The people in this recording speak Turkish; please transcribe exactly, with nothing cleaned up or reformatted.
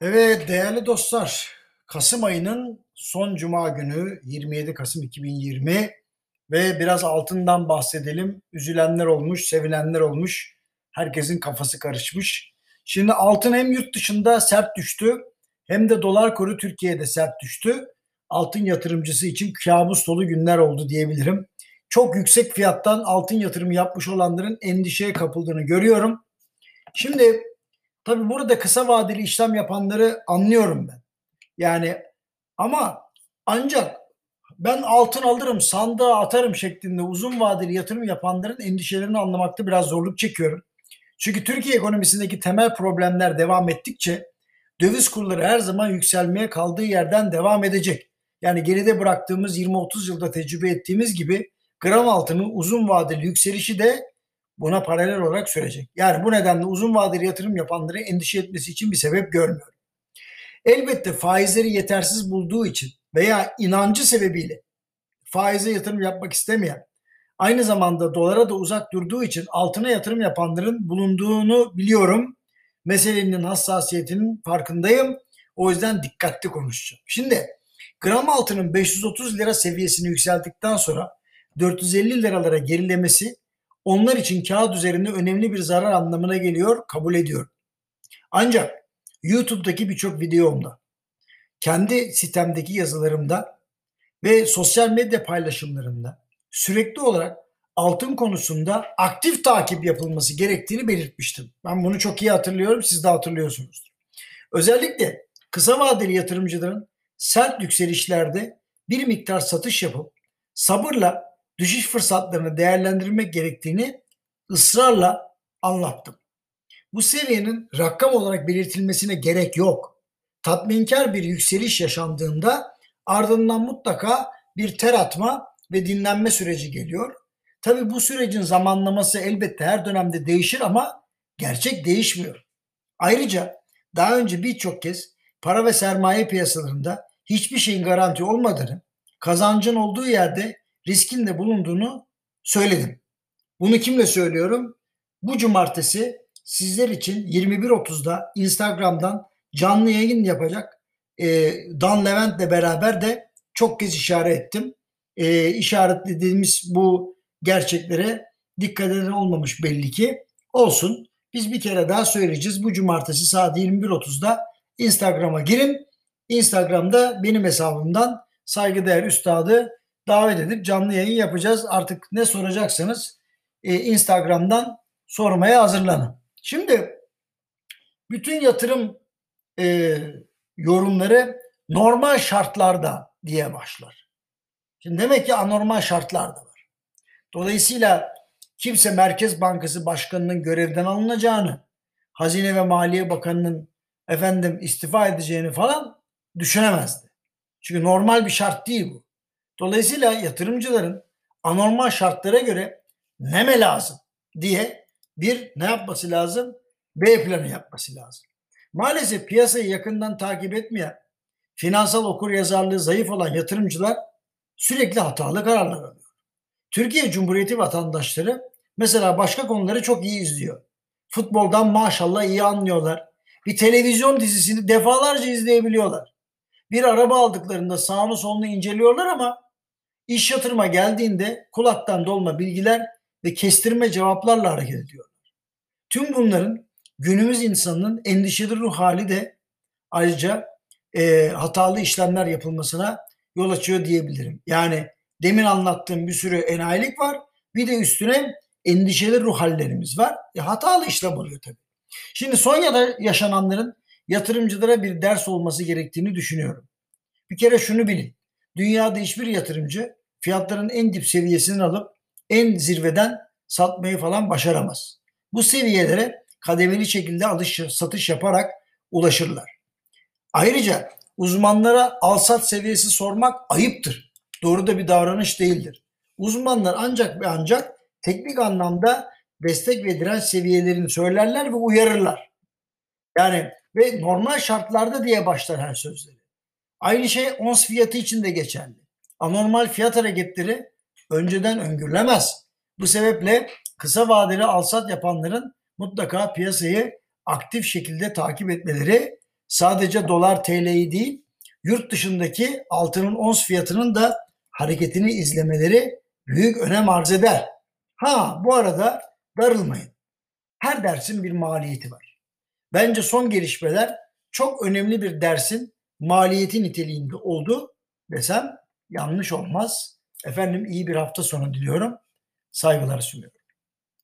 Evet değerli dostlar, Kasım ayının son cuma günü yirmi yedi Kasım iki bin yirmi ve biraz altından bahsedelim. Üzülenler olmuş, sevinenler olmuş. Herkesin kafası karışmış. Şimdi altın hem yurt dışında sert düştü hem de dolar kuru Türkiye'de sert düştü. Altın yatırımcısı için kabus dolu günler oldu diyebilirim. Çok yüksek fiyattan altın yatırımı yapmış olanların endişeye kapıldığını görüyorum. Şimdi tabii burada kısa vadeli işlem yapanları anlıyorum ben. Yani ama ancak ben altın alırım, sandığa atarım şeklinde uzun vadeli yatırım yapanların endişelerini anlamakta biraz zorluk çekiyorum. Çünkü Türkiye ekonomisindeki temel problemler devam ettikçe döviz kurları her zaman yükselmeye kaldığı yerden devam edecek. Yani geride bıraktığımız yirmi otuz yılda tecrübe ettiğimiz gibi gram altının uzun vadeli yükselişi de buna paralel olarak sürecek. Yani bu nedenle uzun vadeli yatırım yapanları endişe etmesi için bir sebep görmüyorum. Elbette faizleri yetersiz bulduğu için veya inancı sebebiyle faize yatırım yapmak istemeyen, aynı zamanda dolara da uzak durduğu için altına yatırım yapanların bulunduğunu biliyorum. Meselenin hassasiyetinin farkındayım. O yüzden dikkatli konuşacağım. Şimdi gram altının beş yüz otuz lira seviyesini yükseldikten sonra dört yüz elli liralara gerilemesi onlar için kağıt üzerinde önemli bir zarar anlamına geliyor, kabul ediyorum. Ancak YouTube'daki birçok videomda, kendi sitemdeki yazılarımda ve sosyal medya paylaşımlarımda sürekli olarak altın konusunda aktif takip yapılması gerektiğini belirtmiştim. Ben bunu çok iyi hatırlıyorum, siz de hatırlıyorsunuzdur. Özellikle kısa vadeli yatırımcıların sert yükselişlerde bir miktar satış yapıp sabırla düşüş fırsatlarını değerlendirmek gerektiğini ısrarla anlattım. Bu seviyenin rakam olarak belirtilmesine gerek yok. Tatminkar bir yükseliş yaşandığında ardından mutlaka bir ter atma ve dinlenme süreci geliyor. Tabii bu sürecin zamanlaması elbette her dönemde değişir ama gerçek değişmiyor. Ayrıca daha önce birçok kez para ve sermaye piyasalarında hiçbir şeyin garanti olmadığını, kazancın olduğu yerde riskin de bulunduğunu söyledim. Bunu kimle söylüyorum? Bu cumartesi sizler için yirmi bir otuzda Instagram'dan canlı yayın yapacak e, Dan Levent'le beraber de çok kez işaret ettim. E, işaretlediğimiz bu gerçeklere dikkat eden olmamış belli ki. Olsun. Biz bir kere daha söyleyeceğiz. Bu cumartesi saat yirmi bir otuzda Instagram'a girin. Instagram'da benim hesabımdan saygıdeğer üstadı davet edip canlı yayın yapacağız. Artık ne soracaksanız e, Instagram'dan sormaya hazırlanın. Şimdi bütün yatırım e, yorumları normal şartlarda diye başlar. Şimdi demek ki anormal şartlar da var. Dolayısıyla kimse Merkez Bankası Başkanı'nın görevden alınacağını, Hazine ve Maliye Bakanı'nın efendim istifa edeceğini falan düşünemezdi. Çünkü normal bir şart değil bu. Dolayısıyla yatırımcıların anormal şartlara göre neme lazım diye bir ne yapması lazım? B planı yapması lazım. Maalesef piyasayı yakından takip etmeyen, finansal okuryazarlığı zayıf olan yatırımcılar sürekli hatalı kararlar alıyor. Türkiye Cumhuriyeti vatandaşları mesela başka konuları çok iyi izliyor. Futboldan maşallah iyi anlıyorlar. Bir televizyon dizisini defalarca izleyebiliyorlar. Bir araba aldıklarında sağını solunu inceliyorlar ama iş yatırıma geldiğinde kulaktan dolma bilgiler ve kestirme cevaplarla hareket ediyorlar. Tüm bunların günümüz insanının endişeli ruh hali de ayrıca e, hatalı işlemler yapılmasına yol açıyor diyebilirim. Yani demin anlattığım bir sürü enayilik var. Bir de üstüne endişeli ruh hallerimiz var. E, hatalı işlem oluyor tabii. Şimdi Sonya'da yaşananların yatırımcılara bir ders olması gerektiğini düşünüyorum. Bir kere şunu bilin. Dünyada hiçbir yatırımcı fiyatların en dip seviyesini alıp en zirveden satmayı falan başaramaz. Bu seviyelere kademeli şekilde alış satış yaparak ulaşırlar. Ayrıca uzmanlara al-sat seviyesi sormak ayıptır. Doğru da bir davranış değildir. Uzmanlar ancak ve ancak teknik anlamda destek ve direnç seviyelerini söylerler ve uyarırlar. Yani ve normal şartlarda diye başlar her sözleri. Aynı şey ons fiyatı için de geçerli. Anormal fiyat hareketleri önceden öngörülemez. Bu sebeple kısa vadeli alsat yapanların mutlaka piyasayı aktif şekilde takip etmeleri, sadece dolar T L'yi değil, yurt dışındaki altının ons fiyatının da hareketini izlemeleri büyük önem arz eder. Ha, bu arada darılmayın. Her dersin bir maliyeti var. Bence son gelişmeler çok önemli bir dersin maliyeti niteliğinde oldu desem yanlış olmaz. Efendim, iyi bir hafta sonu diliyorum. Saygılar sunuyorum.